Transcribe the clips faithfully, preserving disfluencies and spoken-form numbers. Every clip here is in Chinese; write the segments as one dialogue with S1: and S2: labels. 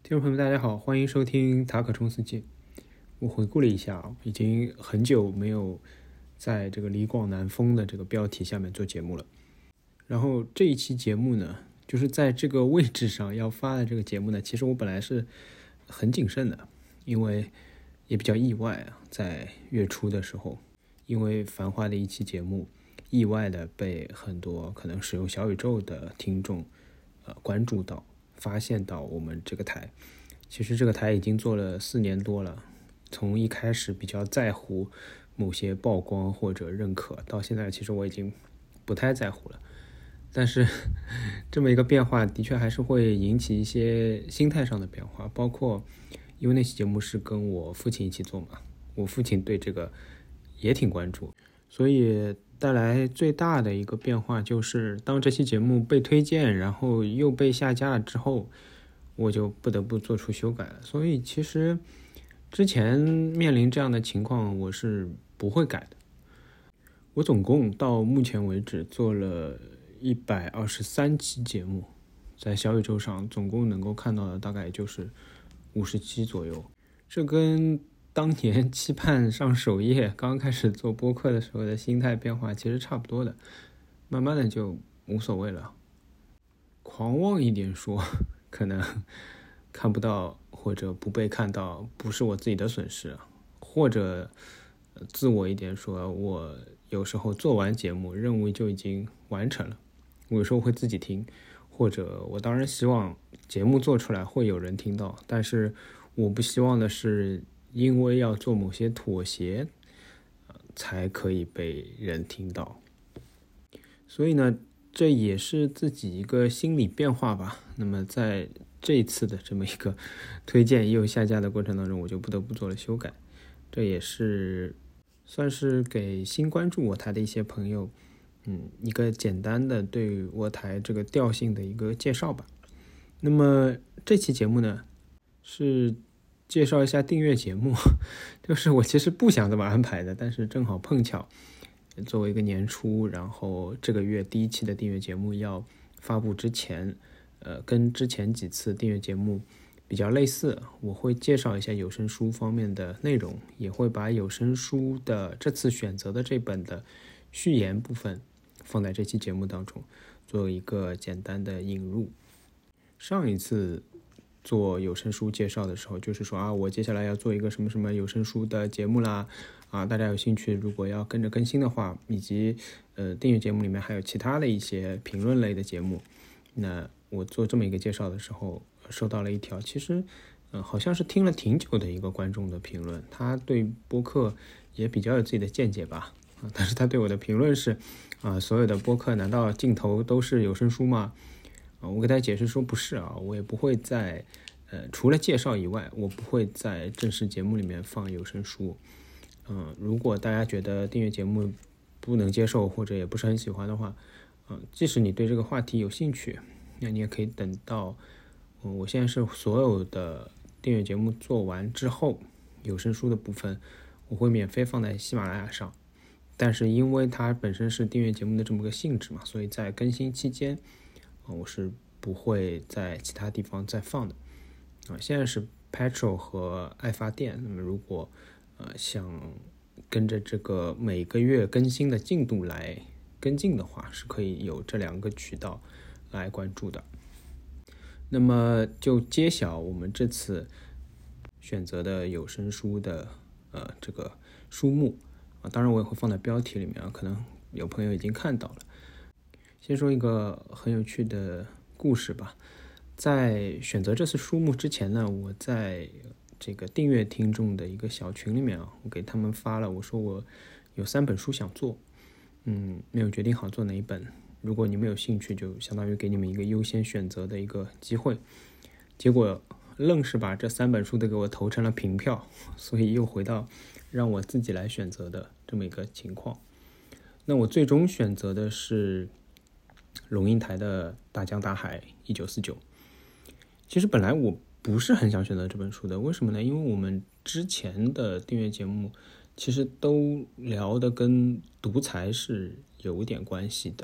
S1: 听众朋友们，大家好，欢迎收听塔可冲司机。我回顾了一下，已经很久没有在这个李广南风的这个标题下面做节目了。然后这一期节目呢，就是在这个位置上要发的这个节目呢，其实我本来是很谨慎的，因为也比较意外啊，在月初的时候，因为繁花的一期节目，意外的被很多可能使用小宇宙的听众呃关注到。发现到我们这个台，其实这个台已经做了四年多了，从一开始比较在乎某些曝光或者认可，到现在其实我已经不太在乎了。但是这么一个变化的确还是会引起一些心态上的变化，包括因为那期节目是跟我父亲一起做嘛，我父亲对这个也挺关注，所以带来最大的一个变化就是当这期节目被推荐然后又被下架了之后，我就不得不做出修改了。所以其实之前面临这样的情况我是不会改的。我总共到目前为止做了一百二十三期节目，在小宇宙上总共能够看到的大概就是五十期左右，这跟当年期盼上首页刚开始做播客的时候的心态变化其实差不多的，慢慢的就无所谓了。狂妄一点说，可能看不到或者不被看到不是我自己的损失，或者自我一点说，我有时候做完节目任务就已经完成了，我有时候会自己听，或者我当然希望节目做出来会有人听到，但是我不希望的是因为要做某些妥协、呃、才可以被人听到。所以呢，这也是自己一个心理变化吧。那么在这一次的这么一个推荐又下架的过程当中，我就不得不做了修改。这也是算是给新关注我台的一些朋友嗯，一个简单的对我台这个调性的一个介绍吧。那么这期节目呢，是介绍一下订阅节目，就是我其实不想这么安排的，但是正好碰巧作为一个年初，然后这个月第一期的订阅节目要发布之前，呃，跟之前几次订阅节目比较类似，我会介绍一下有声书方面的内容，也会把有声书的这次选择的这本的序言部分放在这期节目当中，做一个简单的引入。上一次做有声书介绍的时候，就是说啊，我接下来要做一个什么什么有声书的节目啦，啊，大家有兴趣如果要跟着更新的话，以及呃订阅节目里面还有其他的一些评论类的节目，那我做这么一个介绍的时候，收到了一条其实呃好像是听了挺久的一个观众的评论，他对播客也比较有自己的见解吧，啊，但是他对我的评论是啊，所有的播客难道镜头都是有声书吗？我给大家解释说不是啊，我也不会在呃除了介绍以外，我不会在正式节目里面放有声书。嗯、呃，如果大家觉得订阅节目不能接受或者也不是很喜欢的话，嗯、呃，即使你对这个话题有兴趣，那你也可以等到、呃、我现在是所有的订阅节目做完之后，有声书的部分我会免费放在喜马拉雅上。但是因为它本身是订阅节目的这么个性质嘛，所以在更新期间我是不会在其他地方再放的啊。现在是 Petrol 和爱发电，那么如果呃想跟着这个每个月更新的进度来跟进的话，是可以有这两个渠道来关注的。那么就揭晓我们这次选择的有声书的呃这个书目啊，当然我也会放在标题里面啊，可能有朋友已经看到了。先说一个很有趣的故事吧。在选择这次书目之前呢，我在这个订阅听众的一个小群里面啊，我给他们发了，我说我有三本书想做，嗯，没有决定好做哪一本。如果你们有兴趣，就相当于给你们一个优先选择的一个机会。结果愣是把这三本书都给我投成了平票，所以又回到让我自己来选择的这么一个情况。那我最终选择的是龙应台的大江大海一九四九。其实本来我不是很想选择这本书的，为什么呢？因为我们之前的订阅节目其实都聊的跟独裁是有点关系的，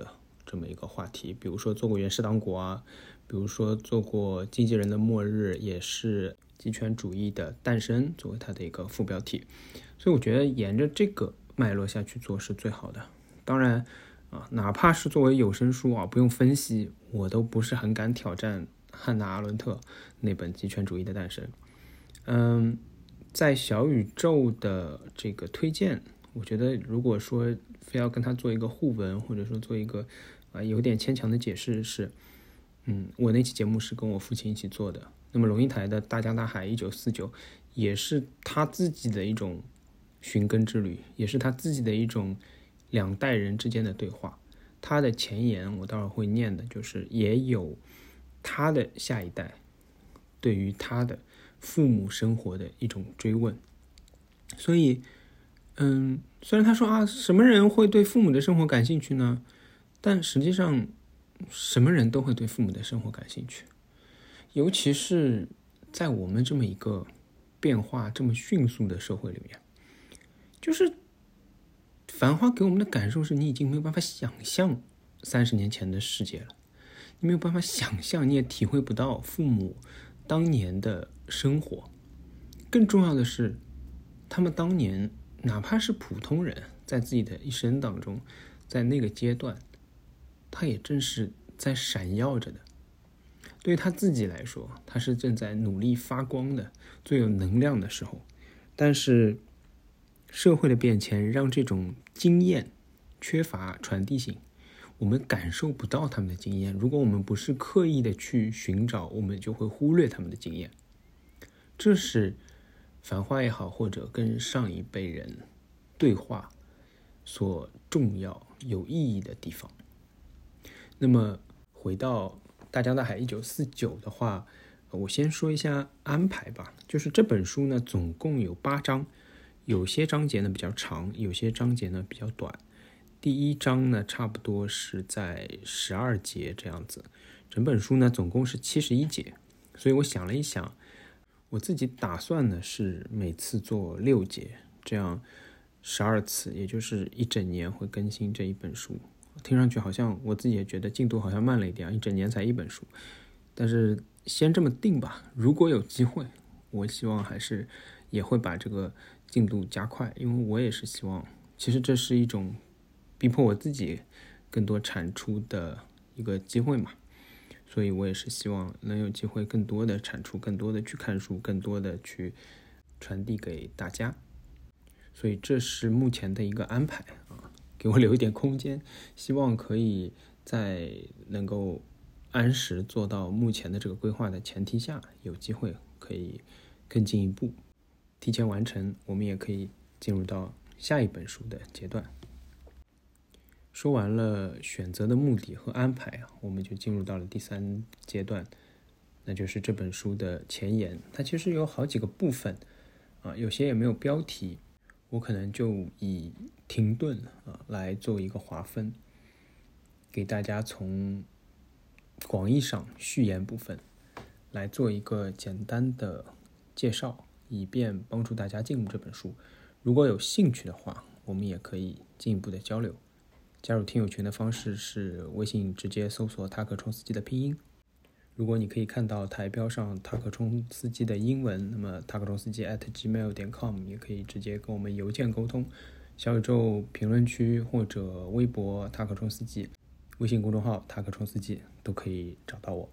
S1: 这么一个话题，比如说做过原始党国啊，比如说做过经纪人的末日，也是极权主义的诞生作为它的一个副标题。所以我觉得沿着这个脉络下去做是最好的。当然啊，哪怕是作为有声书啊，不用分析，我都不是很敢挑战汉娜·阿伦特那本《极权主义的诞生》。嗯，在小宇宙的这个推荐，我觉得如果说非要跟他做一个互文，或者说做一个啊有点牵强的解释是，嗯，我那期节目是跟我父亲一起做的。那么龙应台的《大江大海一九四九》也是他自己的一种寻根之旅，也是他自己的一种两代人之间的对话。他的前言我待会儿会念的，就是也有他的下一代对于他的父母生活的一种追问。所以嗯，虽然他说啊，什么人会对父母的生活感兴趣呢？但实际上什么人都会对父母的生活感兴趣，尤其是在我们这么一个变化这么迅速的社会里面。就是繁花给我们的感受是，你已经没有办法想象三十年前的世界了，你没有办法想象，你也体会不到父母当年的生活。更重要的是，他们当年哪怕是普通人，在自己的一生当中，在那个阶段，他也正是在闪耀着的。对于他自己来说，他是正在努力发光的，最有能量的时候。但是社会的变迁让这种经验缺乏传递性，我们感受不到他们的经验。如果我们不是刻意的去寻找，我们就会忽略他们的经验。这是繁花也好，或者跟上一辈人对话所重要有意义的地方。那么回到大江大海一九四九的话，我先说一下安排吧。就是这本书呢总共有八章，有些章节呢比较长，有些章节呢比较短。第一章呢差不多是在十二节这样子，整本书呢总共是七十一节。所以我想了一想，我自己打算呢是每次做六节，这样十二次，也就是一整年会更新这一本书。听上去好像我自己也觉得进度好像慢了一点，一整年才一本书。但是先这么定吧，如果有机会，我希望还是也会把这个进度加快，因为我也是希望，其实这是一种逼迫我自己更多产出的一个机会嘛。所以我也是希望能有机会更多的产出，更多的去看书，更多的去传递给大家。所以这是目前的一个安排啊，给我留一点空间，希望可以在能够按时做到目前的这个规划的前提下，有机会可以更进一步提前完成，我们也可以进入到下一本书的阶段。说完了选择的目的和安排，我们就进入到了第三阶段，那就是这本书的前言。它其实有好几个部分啊，有些也没有标题，我可能就以停顿啊来做一个划分，给大家从广义上序言部分来做一个简单的介绍，以便帮助大家进入这本书。如果有兴趣的话，我们也可以进一步的交流。加入听友群的方式是微信直接搜索塔可冲司机的拼音。如果你可以看到台标上塔可冲司机的英文，那么塔可冲司机 at gmail 点 com 也可以直接跟我们邮件沟通。小宇宙评论区或者微博塔可冲司机，微信公众号塔可冲司机都可以找到我。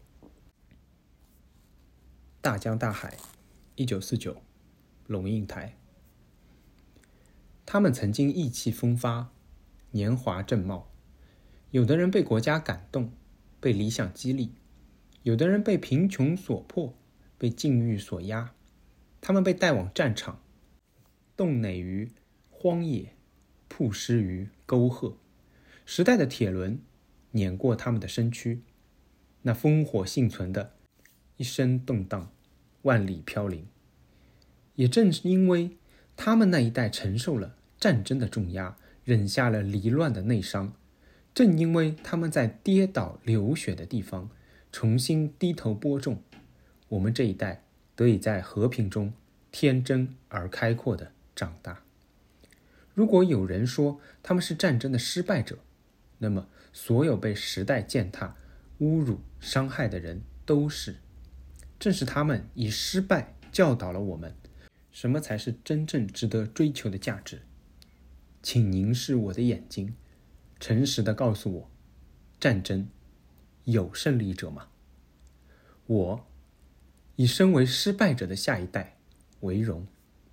S1: 大江大海一九四九，龙应台。他们曾经意气风发，年华正茂，有的人被国家感动，被理想激励，有的人被贫穷所迫，被境遇所压。他们被带往战场，冻馁于荒野，曝尸于沟壑。时代的铁轮碾过他们的身躯，那烽火幸存的一生动荡，万里飘零。也正是因为他们那一代承受了战争的重压，忍下了离乱的内伤，正因为他们在跌倒流血的地方重新低头播种，我们这一代得以在和平中天真而开阔地长大。如果有人说他们是战争的失败者， 那么所有被时代践踏、侮辱、伤害的人都是。正是他们以失败教导了我们，什么才是真正值得追求的价值。请凝视我的眼睛，诚实地告诉我，战争有胜利者吗？我以身为失败者的下一代为荣。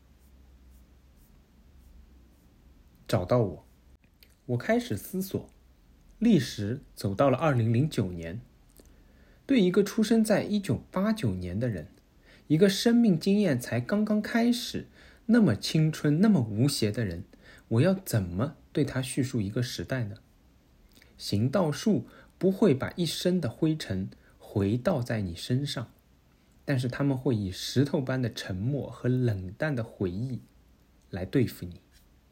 S1: 找到我，我开始思索，历史走到了二零零九年。对一个出生在一九八九年的人，一个生命经验才刚刚开始、那么青春、那么无邪的人，我要怎么对他叙述一个时代呢？行道树不会把一身的灰尘回倒在你身上，但是他们会以石头般的沉默和冷淡的回忆来对付你。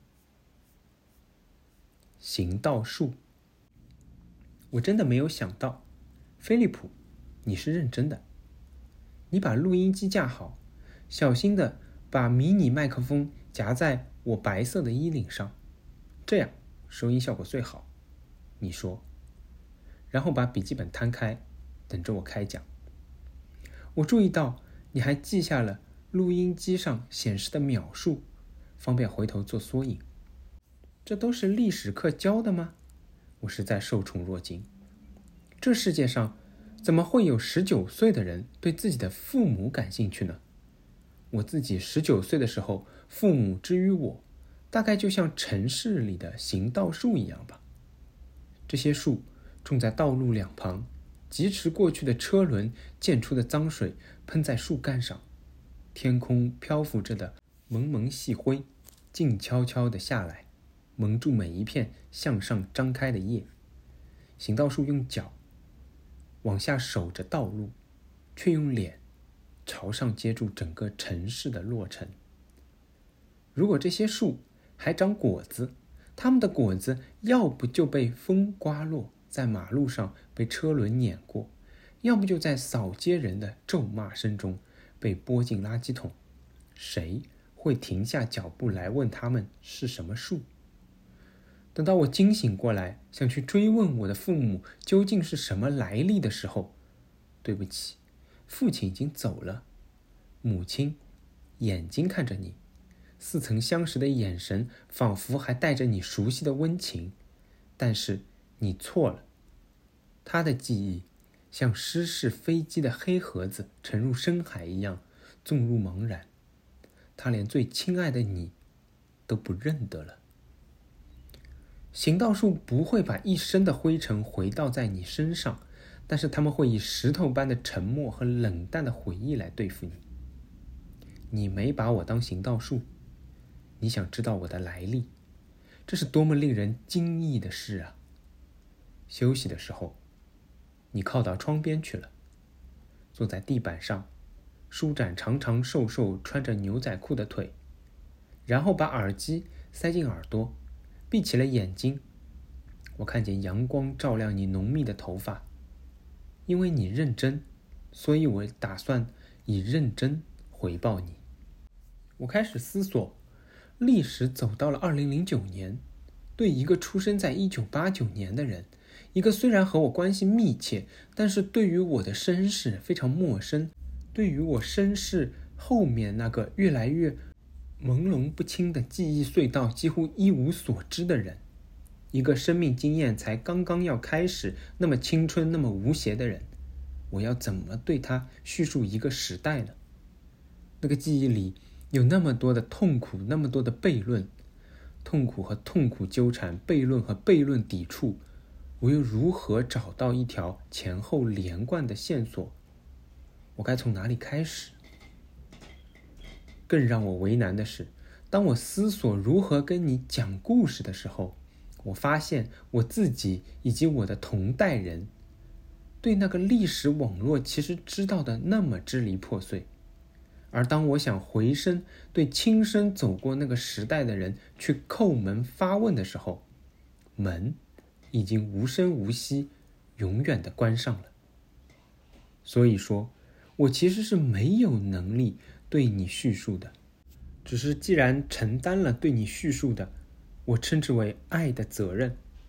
S1: 行道树，我真的没有想到，菲利普，你是认真的。你把录音机架好，小心地把迷你麦克风夹在我白色的衣领上，这样收音效果最好。你说，然后把笔记本摊开，等着我开讲。我注意到你还记下了录音机上显示的秒数，方便回头做缩影。这都是历史课教的吗？我实在受宠若惊。这世界上怎么会有十九岁的人对自己的父母感兴趣呢？我自己十九岁的时候，父母之于我，大概就像城市里的行道树一样吧。这些树种在道路两旁，疾驰过去的车轮溅出的脏水喷在树干上，天空漂浮着的蒙蒙细灰静悄悄地下来，蒙住每一片向上张开的叶。行道树用脚往下守着道路，却用脸朝上接住整个城市的落尘。如果这些树还长果子，它们的果子要不就被风刮落，在马路上被车轮碾过，要不就在扫街人的咒骂声中被拨进垃圾桶。谁会停下脚步来问他们是什么树？等到我惊醒过来，想去追问我的父母究竟是什么来历的时候，对不起，父亲已经走了。母亲眼睛看着你，似曾相识的眼神仿佛还带着你熟悉的温情，但是你错了。他的记忆像失事飞机的黑盒子沉入深海一样纵入茫然，他连最亲爱的你都不认得了。行道树不会把一身的灰尘回倒在你身上，但是他们会以石头般的沉默和冷淡的回忆来对付你。你没把我当行道树，你想知道我的来历，这是多么令人惊异的事啊！休息的时候，你靠到窗边去了，坐在地板上，舒展长长瘦瘦穿着牛仔裤的腿，然后把耳机塞进耳朵，闭起了眼睛。我看见阳光照亮你浓密的头发，因为你认真，所以我打算以认真回报你。我开始思索，历史走到了二零零九年，对一个出生在一九八九年的人，一个虽然和我关系密切，但是对于我的身世非常陌生，对于我身世后面那个越来越朦胧不清的记忆隧道几乎一无所知的人，一个生命经验才刚刚要开始、那么青春、那么无邪的人，我要怎么对他叙述一个时代呢？那个记忆里有那么多的痛苦，那么多的悖论，痛苦和痛苦纠缠，悖论和悖论抵触，我又如何找到一条前后连贯的线索？我该从哪里开始？更让我为难的是，当我思索如何跟你讲故事的时候，我发现我自己以及我的同代人对那个历史网络其实知道的那么支离破碎。而当我想回身对亲身走过那个时代的人去叩门发问的时候，门已经无声无息永远的关上了。所以说，我其实是没有能力对你叙述的，只是既然承担了对你叙述的，我称之为爱的责任。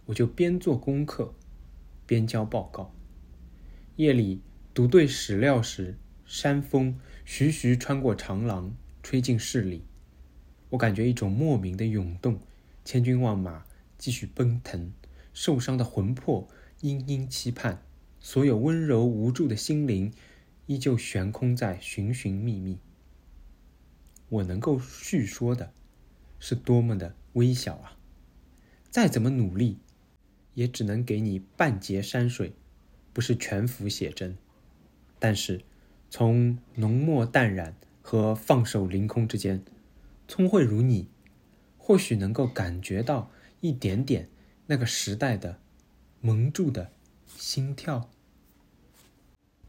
S1: 我就边做功课边交报告。夜里读对史料时，山风徐徐穿过长廊，吹进室里，我感觉一种莫名的涌动，千军万马继续奔腾，受伤的魂魄殷殷期盼，所有温柔无助的心灵依旧悬空在寻寻觅觅。我能够叙说的是多么的微小啊！再怎么努力，也只能给你半截山水，不是全幅写真。但是从浓墨淡染和放手凌空之间，聪慧如你，或许能够感觉到一点点那个时代的蒙住的心跳。